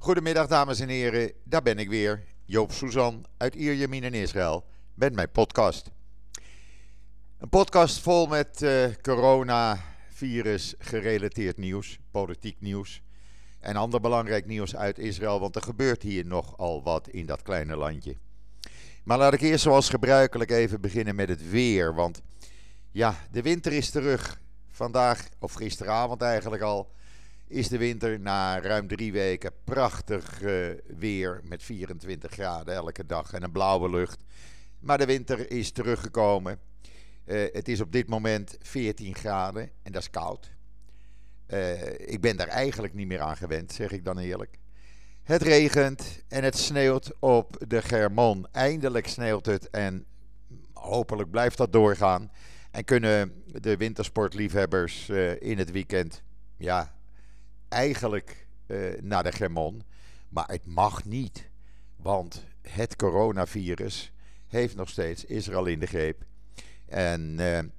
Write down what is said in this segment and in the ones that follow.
Goedemiddag dames en heren, daar ben ik weer, Joop Suzan uit Ierjemien in Israël met mijn podcast. Een podcast vol met coronavirus gerelateerd nieuws, politiek nieuws en ander belangrijk nieuws uit Israël, want er gebeurt hier nogal wat in dat kleine landje. Maar laat ik eerst zoals gebruikelijk even beginnen met het weer, want ja, de winter is terug. Vandaag, of gisteravond eigenlijk al, is de winter na ruim 3 weken prachtig weer met 24 graden elke dag en een blauwe lucht. Maar de winter is teruggekomen. Het is op dit moment 14 graden en dat is koud. Ik ben daar eigenlijk niet meer aan gewend, zeg ik dan eerlijk. Het regent en het sneeuwt op de Germon. Eindelijk sneeuwt het en hopelijk blijft dat doorgaan. En kunnen de wintersportliefhebbers in het weekend eigenlijk naar de Germon. Maar het mag niet, want het coronavirus heeft nog steeds Israël in de greep. En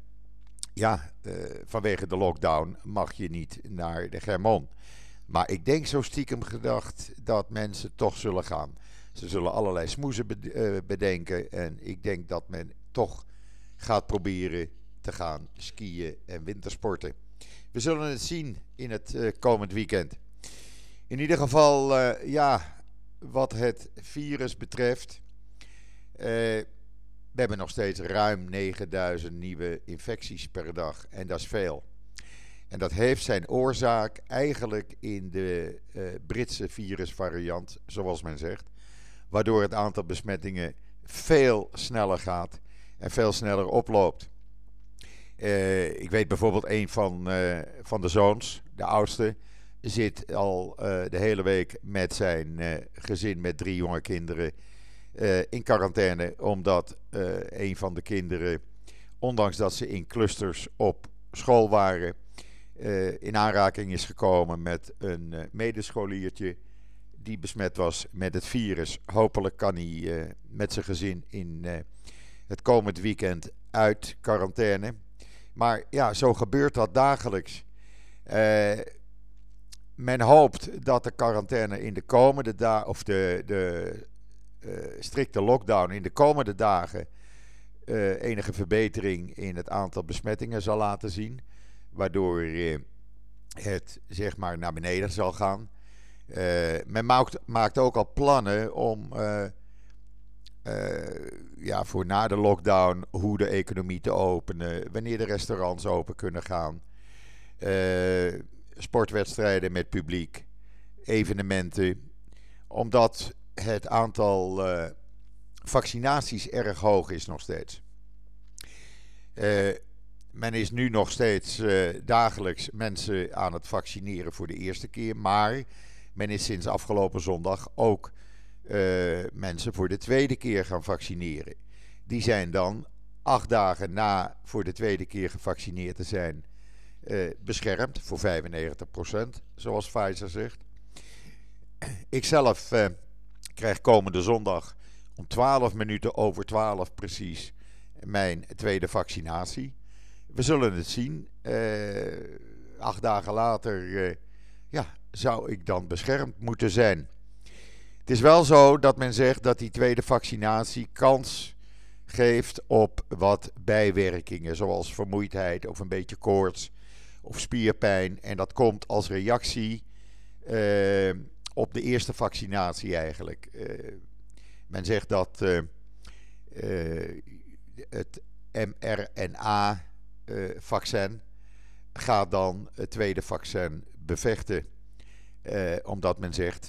vanwege de lockdown mag je niet naar de Germon. Maar ik denk zo stiekem gedacht dat mensen toch zullen gaan. Ze zullen allerlei smoezen bedenken. En ik denk dat men toch gaat proberen te gaan skiën en wintersporten. We zullen het zien in het komend weekend. In ieder geval, wat het virus betreft. We hebben nog steeds ruim 9000 nieuwe infecties per dag. En dat is veel. En dat heeft zijn oorzaak eigenlijk in de Britse virusvariant, zoals men zegt. Waardoor het aantal besmettingen veel sneller gaat en veel sneller oploopt. Ik weet bijvoorbeeld een van de zoons, de oudste, zit al de hele week met zijn gezin met 3 jonge kinderen in quarantaine. Omdat een van de kinderen, ondanks dat ze in clusters op school waren, in aanraking is gekomen met een medescholiertje die besmet was met het virus. Hopelijk kan hij met zijn gezin in het komend weekend uit quarantaine. Maar ja, zo gebeurt dat dagelijks. Men hoopt dat de quarantaine in de komende dagen, of de strikte lockdown in de komende dagen, enige verbetering in het aantal besmettingen zal laten zien. Waardoor het zeg maar naar beneden zal gaan. Men maakt ook al plannen om voor na de lockdown hoe de economie te openen. Wanneer de restaurants open kunnen gaan. Sportwedstrijden met publiek. Evenementen. Omdat het aantal vaccinaties erg hoog is nog steeds. Men is nu nog steeds dagelijks mensen aan het vaccineren voor de eerste keer. Maar men is sinds afgelopen zondag ook mensen voor de tweede keer gaan vaccineren. Die zijn dan 8 dagen na voor de tweede keer gevaccineerd te zijn beschermd voor 95%, zoals Pfizer zegt. Ikzelf krijg komende zondag om 12 minuten over 12 precies mijn tweede vaccinatie. We zullen het zien. 8 dagen later zou ik dan beschermd moeten zijn. Het is wel zo dat men zegt dat die tweede vaccinatie kans geeft op wat bijwerkingen. Zoals vermoeidheid of een beetje koorts of spierpijn. En dat komt als reactie op de eerste vaccinatie eigenlijk. Men zegt dat het mRNA-vaccin gaat dan het tweede vaccin bevechten. Omdat men zegt,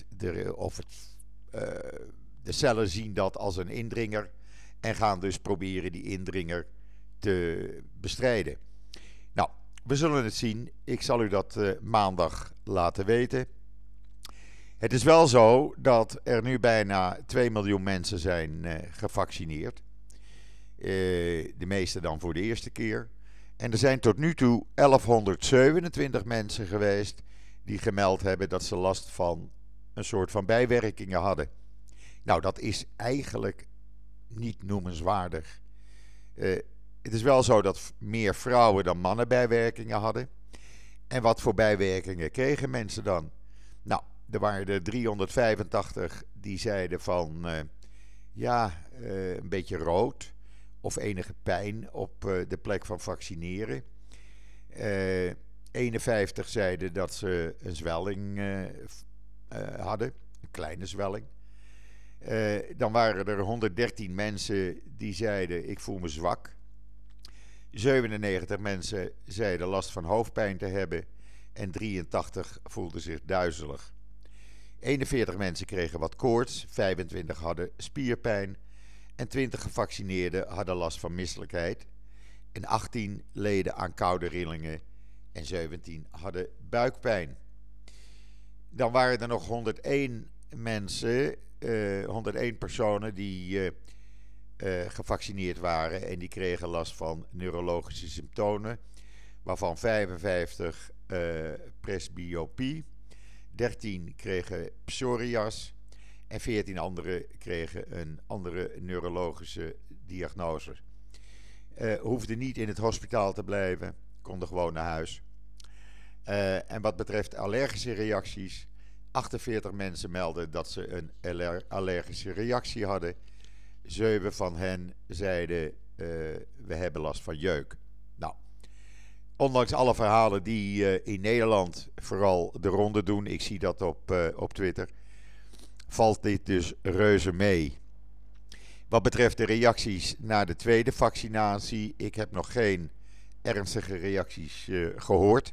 de cellen zien dat als een indringer en gaan dus proberen die indringer te bestrijden. Nou, we zullen het zien. Ik zal u dat maandag laten weten. Het is wel zo dat er nu bijna 2 miljoen mensen zijn gevaccineerd. De meeste dan voor de eerste keer. En er zijn tot nu toe 1127 mensen geweest die gemeld hebben dat ze last van een soort van bijwerkingen hadden. Nou, dat is eigenlijk niet noemenswaardig. Het is wel zo dat meer vrouwen dan mannen bijwerkingen hadden. En wat voor bijwerkingen kregen mensen dan? Nou, er waren er 385 die zeiden van een beetje rood of enige pijn op de plek van vaccineren. Eh 51 zeiden dat ze een zwelling hadden, een kleine zwelling. Dan waren er 113 mensen die zeiden ik voel me zwak. 97 mensen zeiden last van hoofdpijn te hebben en 83 voelden zich duizelig. 41 mensen kregen wat koorts, 25 hadden spierpijn en 20 gevaccineerden hadden last van misselijkheid. En 18 leden aan koude rillingen en 17 hadden buikpijn. Dan waren er nog 101 mensen, 101 personen die gevaccineerd waren en die kregen last van neurologische symptomen, waarvan 55 presbyopie, 13 kregen psorias en 14 anderen kregen een andere neurologische diagnose. Hoefden niet in het hospitaal te blijven, konden gewoon naar huis. En wat betreft allergische reacties, 48 mensen melden dat ze een allergische reactie hadden. 7 van hen zeiden we hebben last van jeuk. Nou, ondanks alle verhalen die in Nederland vooral de ronde doen, ik zie dat op Twitter, valt dit dus reuze mee. Wat betreft de reacties na de tweede vaccinatie, ik heb nog geen ernstige reacties gehoord.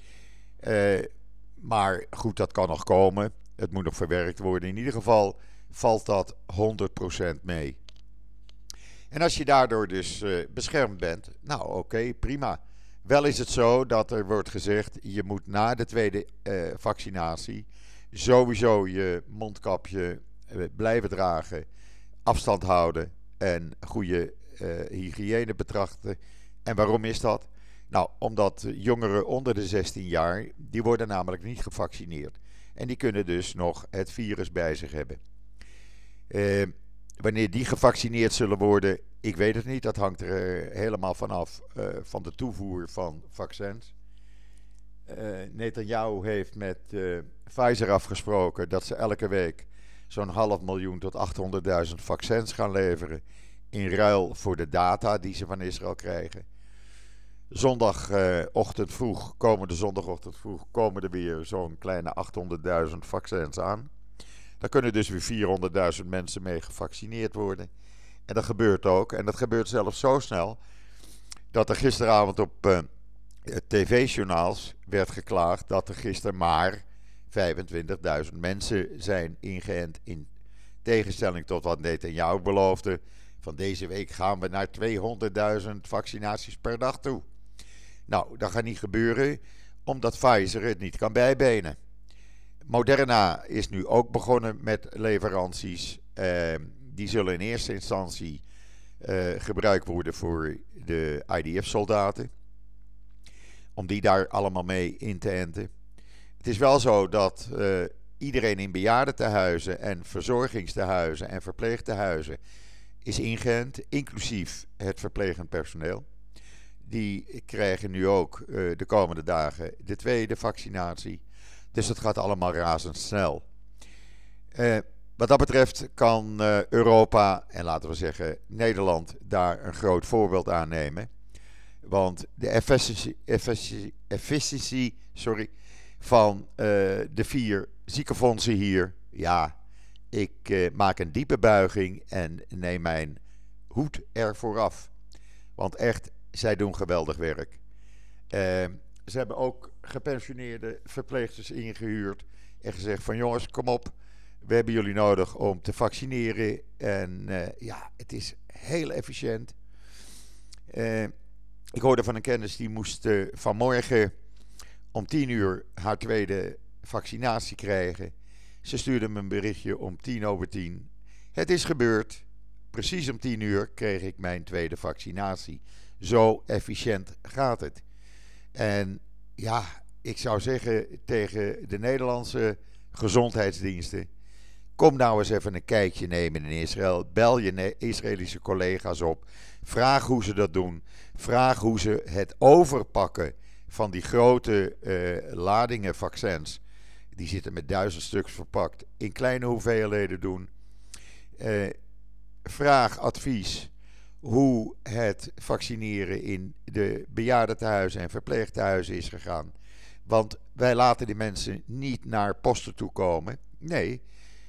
Maar goed, dat kan nog komen. Het moet nog verwerkt worden. In ieder geval valt dat 100% mee. En als je daardoor dus beschermd bent, nou oké, prima. Wel is het zo dat er wordt gezegd, je moet na de tweede vaccinatie sowieso je mondkapje blijven dragen, afstand houden en goede hygiëne betrachten. En waarom is dat? Nou, omdat jongeren onder de 16 jaar, die worden namelijk niet gevaccineerd. En die kunnen dus nog het virus bij zich hebben. Wanneer die gevaccineerd zullen worden, ik weet het niet. Dat hangt er helemaal vanaf van de toevoer van vaccins. Netanyahu heeft met Pfizer afgesproken dat ze elke week zo'n 500.000 tot 800.000 vaccins gaan leveren in ruil voor de data die ze van Israël krijgen. Komende zondagochtend vroeg komen er weer zo'n kleine 800.000 vaccins aan. Daar kunnen dus weer 400.000 mensen mee gevaccineerd worden. En dat gebeurt ook. En dat gebeurt zelfs zo snel dat er gisteravond op tv-journaals werd geklaagd dat er gisteren maar 25.000 mensen zijn ingeënt. In tegenstelling tot wat Netanyahu beloofde. Van deze week gaan we naar 200.000 vaccinaties per dag toe. Nou, dat gaat niet gebeuren, omdat Pfizer het niet kan bijbenen. Moderna is nu ook begonnen met leveranties. Die zullen in eerste instantie gebruikt worden voor de IDF-soldaten. Om die daar allemaal mee in te enten. Het is wel zo dat iedereen in bejaardentehuizen en verzorgingstehuizen en verpleegtehuizen is ingeënt, inclusief het verplegend personeel. Die krijgen nu ook de komende dagen de tweede vaccinatie. Dus dat gaat allemaal razendsnel. Wat dat betreft kan Europa en laten we zeggen Nederland daar een groot voorbeeld aan nemen. Want de efficiëntie van de 4 ziekenfondsen hier, ja, ik maak een diepe buiging en neem mijn hoed ervoor af. Want echt, zij doen geweldig werk. Ze hebben ook gepensioneerde verpleegsters ingehuurd en gezegd van jongens, kom op, we hebben jullie nodig om te vaccineren. En het is heel efficiënt. Ik hoorde van een kennis die moest vanmorgen om 10:00 haar tweede vaccinatie krijgen. Ze stuurde me een berichtje om 10:10. Het is gebeurd. Precies om 10:00 kreeg ik mijn tweede vaccinatie. Zo efficiënt gaat het. En ja, ik zou zeggen tegen de Nederlandse gezondheidsdiensten, kom nou eens even een kijkje nemen in Israël. Bel je Israëlische collega's op. Vraag hoe ze dat doen. Vraag hoe ze het overpakken van die grote ladingen vaccins Die zitten met 1000 stuks verpakt. In kleine hoeveelheden doen. Eh, Vraag advies hoe het vaccineren in de bejaardentehuizen en verpleeghuizen is gegaan. Want wij laten die mensen niet naar posten toe komen. Nee,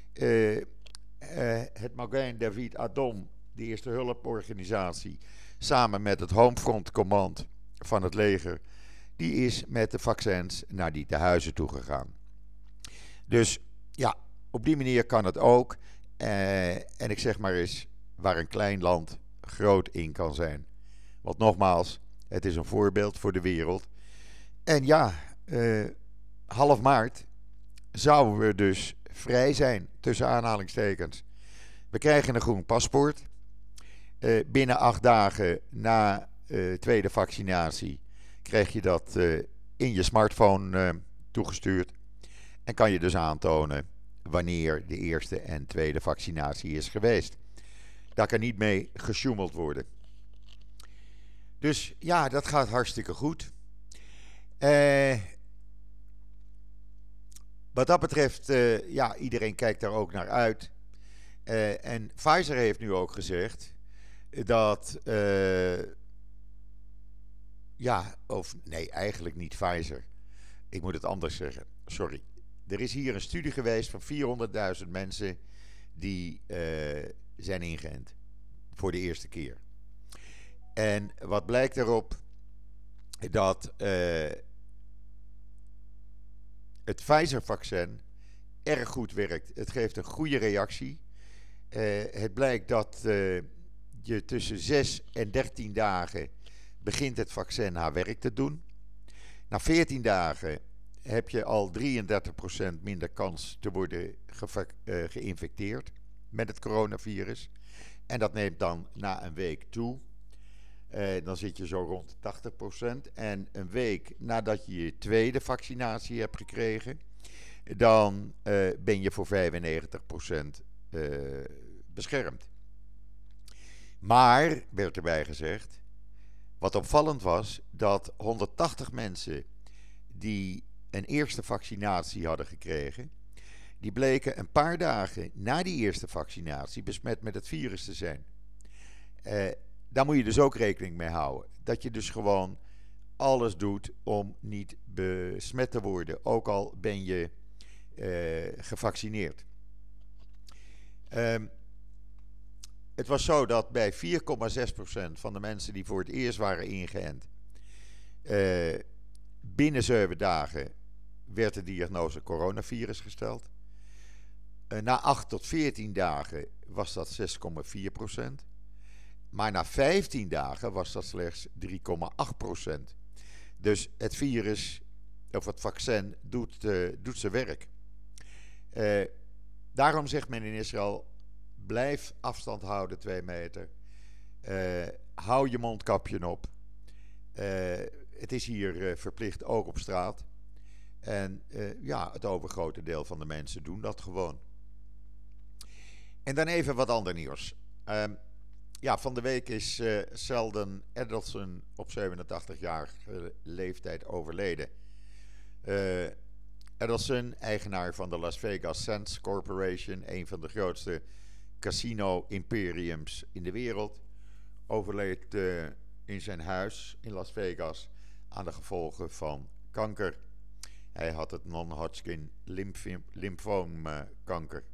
het Magen David Adom, de eerste hulporganisatie, samen met het Homefront Command van het leger, die is met de vaccins naar die tehuizen toe gegaan. Dus ja, op die manier kan het ook. En ik zeg maar eens, waar een klein land groot in kan zijn. Want nogmaals, het is een voorbeeld voor de wereld. En ja, half maart zouden we dus vrij zijn, tussen aanhalingstekens. We krijgen een groen paspoort. Binnen 8 dagen na tweede vaccinatie krijg je dat in je smartphone toegestuurd. En kan je dus aantonen wanneer de eerste en tweede vaccinatie is geweest. Daar kan niet mee gesjoemeld worden. Dus ja, dat gaat hartstikke goed. Wat dat betreft, ja, iedereen kijkt daar ook naar uit. En Pfizer heeft nu ook gezegd dat, ja, of nee, eigenlijk niet Pfizer. Ik moet het anders zeggen, sorry. Er is hier een studie geweest van 400.000 mensen die zijn ingeënt voor de eerste keer. En wat blijkt erop? Dat het Pfizer-vaccin erg goed werkt. Het geeft een goede reactie. Het blijkt dat je tussen 6 en 13 dagen begint het vaccin haar werk te doen. Na 14 dagen heb je al 33% minder kans te worden geïnfecteerd met het coronavirus. En dat neemt dan na een week toe. Dan zit je zo rond 80%. En een week nadat je je tweede vaccinatie hebt gekregen, dan ben je voor 95% beschermd. Maar, werd erbij gezegd, wat opvallend was, dat 180 mensen die een eerste vaccinatie hadden gekregen, die bleken een paar dagen na die eerste vaccinatie besmet met het virus te zijn. Daar moet je dus ook rekening mee houden. Dat je dus gewoon alles doet om niet besmet te worden, ook al ben je gevaccineerd. Het was zo dat bij 4,6% van de mensen die voor het eerst waren ingeënt, binnen 7 dagen werd de diagnose coronavirus gesteld. Na 8 tot 14 dagen was dat 6,4%. Maar na 15 dagen was dat slechts 3,8%. Dus het virus, of het vaccin, doet zijn werk. Daarom zegt men in Israël, blijf afstand houden 2 meter. Hou je mondkapje op. Het is hier verplicht ook op straat. En ja, het overgrote deel van de mensen doen dat gewoon. En dan even wat ander nieuws. Ja, van de week is Sheldon Adelson op 87-jarige leeftijd overleden. Adelson, eigenaar van de Las Vegas Sands Corporation, een van de grootste casino-imperiums in de wereld, overleed in zijn huis in Las Vegas aan de gevolgen van kanker. Hij had het non-Hodgkin lymfoomkanker.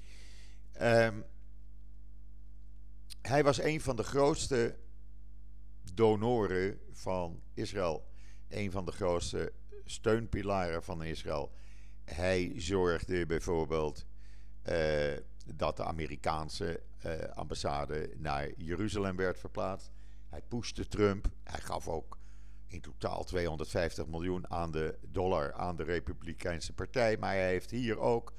Hij was een van de grootste donoren van Israël. Een van de grootste steunpilaren van Israël. Hij zorgde bijvoorbeeld dat de Amerikaanse ambassade naar Jeruzalem werd verplaatst. Hij pushte Trump. Hij gaf ook in totaal 250 miljoen aan de Republikeinse partij. Maar hij heeft hier ook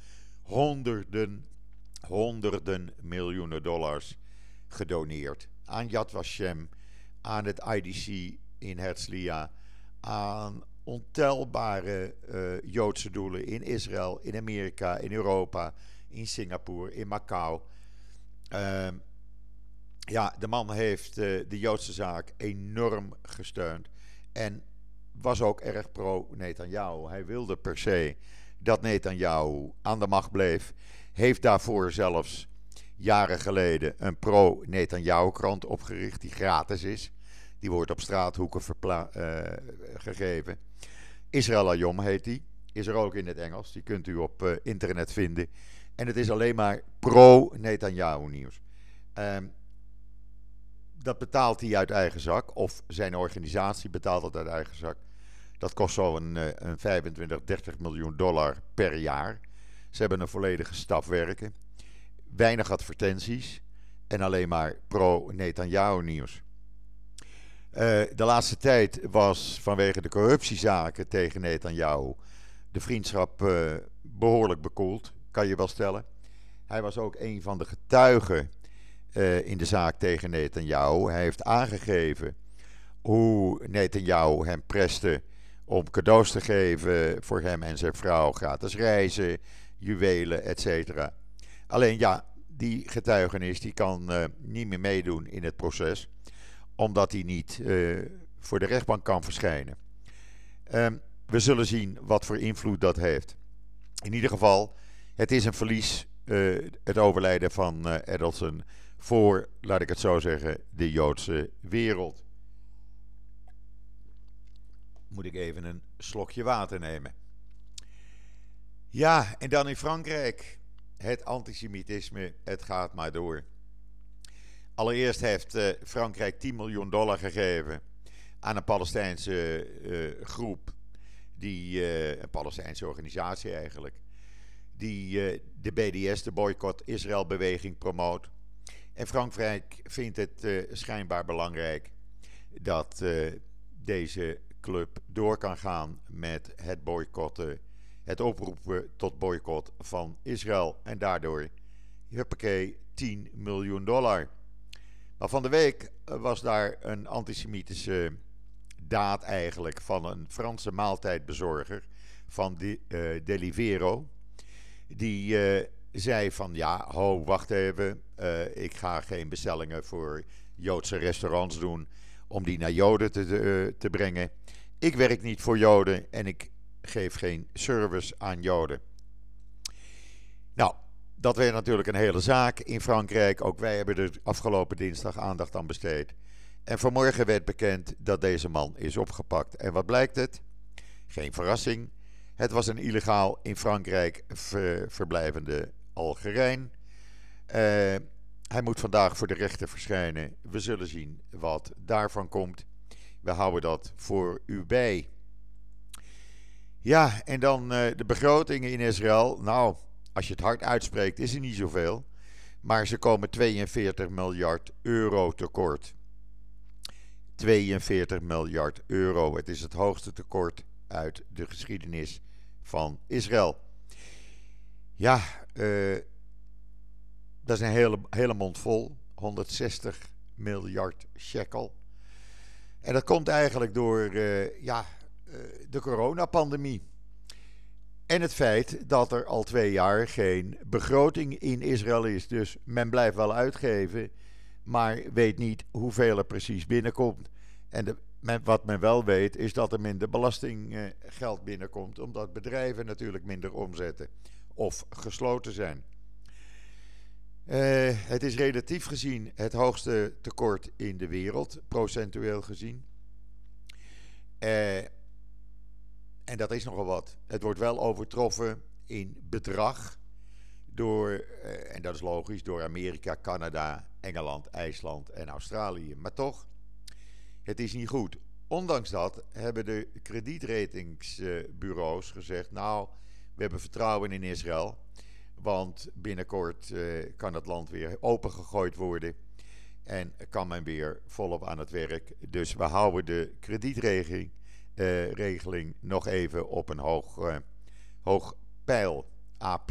honderden miljoenen dollars gedoneerd. Aan Yad Vashem, aan het IDC in Herzliya, aan ontelbare Joodse doelen in Israël, in Amerika, in Europa, in Singapore, in Macau. Ja, de man heeft de Joodse zaak enorm gesteund en was ook erg pro-Netanyahu. Hij wilde per se dat Netanyahu aan de macht bleef. Heeft daarvoor zelfs jaren geleden een pro-Netanyahu-krant opgericht die gratis is. Die wordt op straathoeken gegeven. Israël Ayom heet die. Is er ook in het Engels. Die kunt u op internet vinden. En het is alleen maar pro-Netanyahu nieuws. Dat betaalt hij uit eigen zak. Of zijn organisatie betaalt het uit eigen zak. Dat kost zo'n 25, 30 miljoen dollar per jaar. Ze hebben een volledige staf werken. Weinig advertenties. En alleen maar pro-Netanyahu nieuws. De laatste tijd was vanwege de corruptiezaken tegen Netanyahu de vriendschap behoorlijk bekoeld, kan je wel stellen. Hij was ook een van de getuigen in de zaak tegen Netanyahu. Hij heeft aangegeven hoe Netanyahu hem preste om cadeaus te geven voor hem en zijn vrouw, gratis reizen, juwelen, etc. Alleen ja, die getuigenis die kan niet meer meedoen in het proces, omdat hij niet voor de rechtbank kan verschijnen. We zullen zien wat voor invloed dat heeft. In ieder geval, het is een verlies, het overlijden van Adelson, voor, laat ik het zo zeggen, de Joodse wereld. Moet ik even een slokje water nemen. Ja, en dan in Frankrijk. Het antisemitisme, het gaat maar door. Allereerst heeft Frankrijk 10 miljoen dollar gegeven aan een Palestijnse groep. Een Palestijnse organisatie eigenlijk. Die de BDS, de Boycott Israël beweging, promoot. En Frankrijk vindt het schijnbaar belangrijk dat deze club door kan gaan met het boycotten. Het oproepen tot boycott van Israël. En daardoor, huppakee, 10 miljoen dollar. Maar van de week was daar een antisemitische daad eigenlijk van een Franse maaltijdbezorger van Deliveroo. Die zei van ja, wacht even, ik ga geen bestellingen voor Joodse restaurants doen om die naar Joden te brengen. Ik werk niet voor Joden en ik geef geen service aan Joden. Nou, dat werd natuurlijk een hele zaak in Frankrijk. Ook wij hebben er afgelopen dinsdag aandacht aan besteed. En vanmorgen werd bekend dat deze man is opgepakt. En wat blijkt het? Geen verrassing. Het was een illegaal in Frankrijk verblijvende Algerijn. Hij moet vandaag voor de rechter verschijnen. We zullen zien wat daarvan komt. We houden dat voor u bij. Ja, en dan de begrotingen in Israël. Nou, als je het hard uitspreekt is er niet zoveel. Maar ze komen 42 miljard euro tekort. 42 miljard euro. Het is het hoogste tekort uit de geschiedenis van Israël. Ja, dat is een hele mond vol. 160 miljard shekel. En dat komt eigenlijk door de coronapandemie. En het feit dat er al 2 jaar geen begroting in Israël is. Dus men blijft wel uitgeven, maar weet niet hoeveel er precies binnenkomt. En wat men wel weet is dat er minder belastinggeld binnenkomt, omdat bedrijven natuurlijk minder omzetten of gesloten zijn. Het is relatief gezien het hoogste tekort in de wereld, procentueel gezien. En dat is nogal wat. Het wordt wel overtroffen in bedrag door, en dat is logisch, door Amerika, Canada, Engeland, IJsland en Australië. Maar toch, het is niet goed. Ondanks dat hebben de kredietratingsbureaus gezegd, nou, we hebben vertrouwen in Israël, want binnenkort kan het land weer opengegooid worden en kan men weer volop aan het werk. Dus we houden de kredietregeling nog even op een hoog pijl, A+.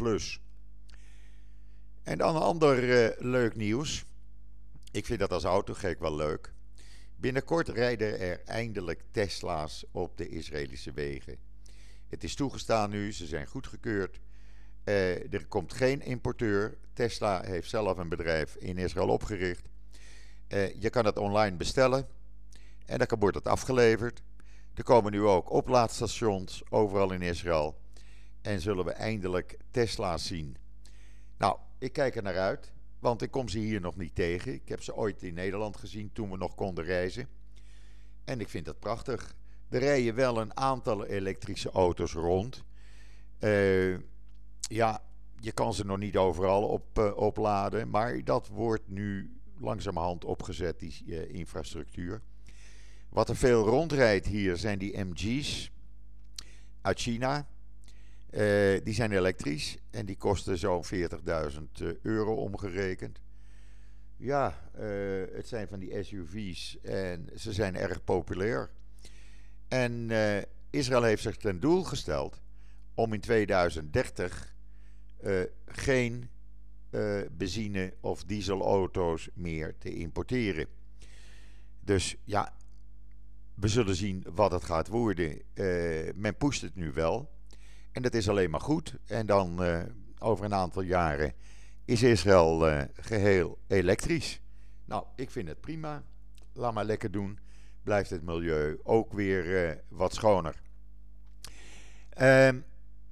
En dan een ander leuk nieuws. Ik vind dat als autogek wel leuk. Binnenkort rijden er eindelijk Tesla's op de Israëlische wegen. Het is toegestaan nu, ze zijn goedgekeurd. Er komt geen importeur. Tesla heeft zelf een bedrijf in Israël opgericht. Je kan het online bestellen en dan wordt het afgeleverd. Er komen nu ook oplaadstations overal in Israël. en zullen we eindelijk Tesla's zien. Nou, ik kijk er naar uit, want ik kom ze hier nog niet tegen. Ik heb ze ooit in Nederland gezien toen we nog konden reizen. En ik vind dat prachtig. Er rijden wel een aantal elektrische auto's rond. Eh, ja, je kan ze nog niet overal opladen, maar dat wordt nu langzamerhand opgezet, die infrastructuur. Wat er veel rondrijdt hier zijn die MG's uit China. Die zijn elektrisch en die kosten zo'n 40.000 euro omgerekend. Ja, het zijn van die SUV's en ze zijn erg populair. En Israël heeft zich ten doel gesteld om in 2030 geen benzine- of dieselauto's meer te importeren. Dus ja, we zullen zien wat het gaat worden. Men pusht het nu wel. En dat is alleen maar goed. En dan over een aantal jaren is Israël geheel elektrisch. Nou, ik vind het prima. Laat maar lekker doen. Blijft het milieu ook weer wat schoner. Ehm,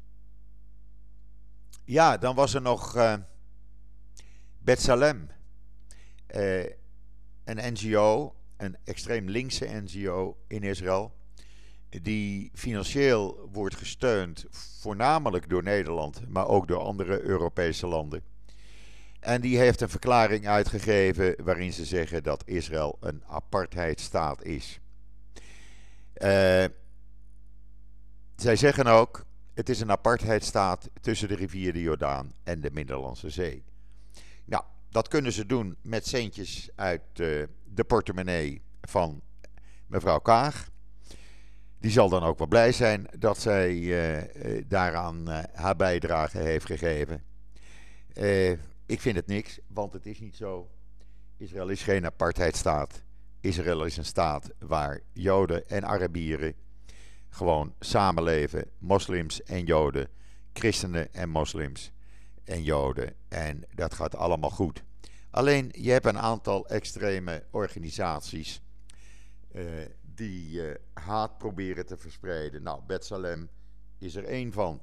ja, dan was er nog B'Tselem. Eh, een NGO, een extreem linkse NGO in Israël. Die financieel wordt gesteund, voornamelijk door Nederland, maar ook door andere Europese landen. En die heeft een verklaring uitgegeven waarin ze zeggen dat Israël een apartheidstaat is. Eh, Zij zeggen ook, het is een apartheidstaat tussen de rivier de Jordaan en de Middellandse Zee. Nou, dat kunnen ze doen met centjes uit de portemonnee van mevrouw Kaag. Die zal dan ook wel blij zijn dat zij daaraan haar bijdrage heeft gegeven. Ik vind het niks, want het is niet zo. Israël is geen apartheidstaat. Israël is een staat waar Joden en Arabieren gewoon samenleven. Moslims en Joden, christenen en moslims en Joden. En dat gaat allemaal goed. Alleen, je hebt een aantal extreme organisaties die haat proberen te verspreiden. Nou, B'Tselem is er één van.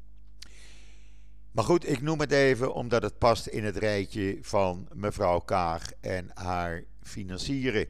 Maar goed, ik noem het even omdat het past in het rijtje van mevrouw Kaag en haar financieren.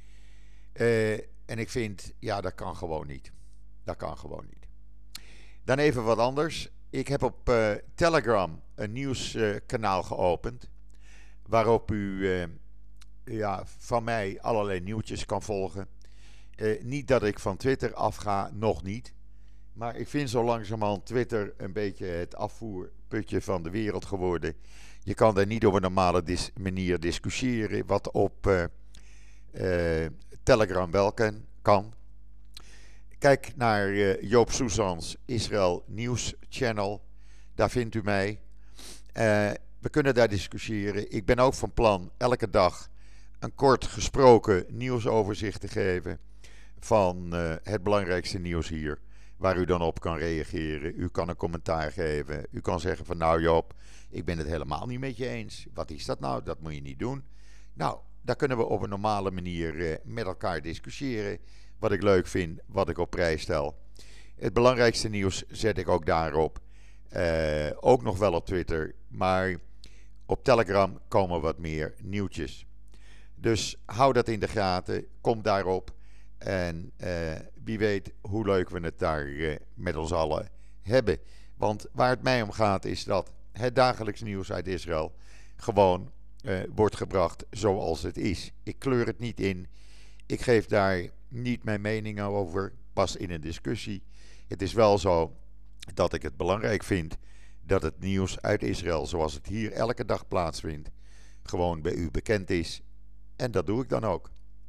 En ik vind, ja, dat kan gewoon niet. Dat kan gewoon niet. Dan even wat anders. Ik heb op Telegram een nieuwskanaal geopend. Waarop u van mij allerlei nieuwtjes kan volgen. Niet dat ik van Twitter afga, nog niet. Maar ik vind zo langzamerhand Twitter een beetje het afvoerputje van de wereld geworden. Je kan daar niet op een normale manier discussiëren, wat op Telegram wel kan. Kijk naar Joop Soezans Israël Nieuws Channel. Daar vindt u mij. We kunnen daar discussiëren. Ik ben ook van plan elke dag een kort gesproken nieuwsoverzicht te geven van het belangrijkste nieuws hier. Waar u dan op kan reageren. U kan een commentaar geven. U kan zeggen van nou Joop, ik ben het helemaal niet met je eens. Wat is dat nou? Dat moet je niet doen. Nou, daar kunnen we op een normale manier met elkaar discussiëren. Wat ik leuk vind, wat ik op prijs stel. Het belangrijkste nieuws zet ik ook daarop. Ook nog wel op Twitter. Maar op Telegram komen wat meer nieuwtjes. Dus hou dat in de gaten. Kom daarop. En wie weet hoe leuk we het daar met ons allen hebben. Want waar het mij om gaat is dat het dagelijks nieuws uit Israël gewoon wordt gebracht zoals het is. Ik kleur het niet in. Ik geef daar niet mijn mening over, pas in een discussie. Het is wel zo dat ik het belangrijk vind dat het nieuws uit Israël, zoals het hier elke dag plaatsvindt, gewoon bij u bekend is. En dat doe ik dan ook.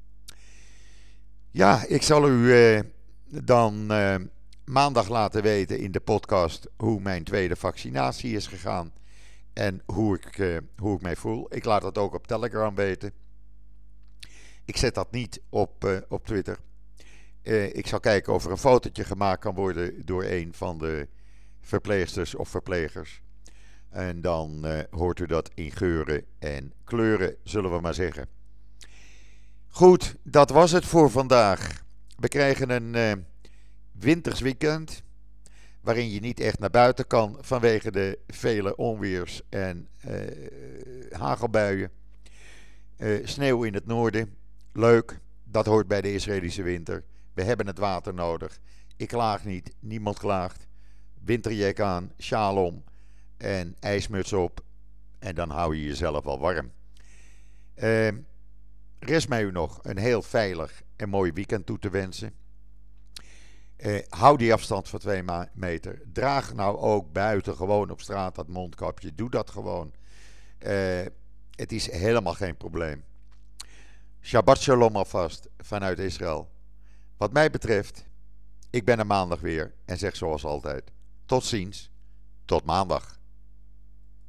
Ja, ik zal u dan maandag laten weten in de podcast hoe mijn tweede vaccinatie is gegaan. En hoe ik mij voel. Ik laat dat ook op Telegram weten. Ik zet dat niet op Twitter. Ik zal kijken of er een fotootje gemaakt kan worden door een van de verpleegsters of verplegers. En dan hoort u dat in geuren en kleuren, zullen we maar zeggen. Goed, dat was het voor vandaag. We krijgen een winters weekend. waarin je niet echt naar buiten kan vanwege de vele onweers- en hagelbuien. Sneeuw in het noorden, leuk, dat hoort bij de Israëlische winter. We hebben het water nodig. Ik klaag niet, niemand klaagt. Winterjack aan, sjaal om en ijsmuts op. En dan hou je jezelf al warm. Uh, Rest mij u nog een heel veilig en mooi weekend toe te wensen. Hou die afstand van 2 meter. Draag nou ook buiten gewoon op straat dat mondkapje. Doe dat gewoon. Het is helemaal geen probleem. Shabbat shalom alvast vanuit Israël. Wat mij betreft, ik ben er maandag weer en zeg zoals altijd: tot ziens, tot maandag.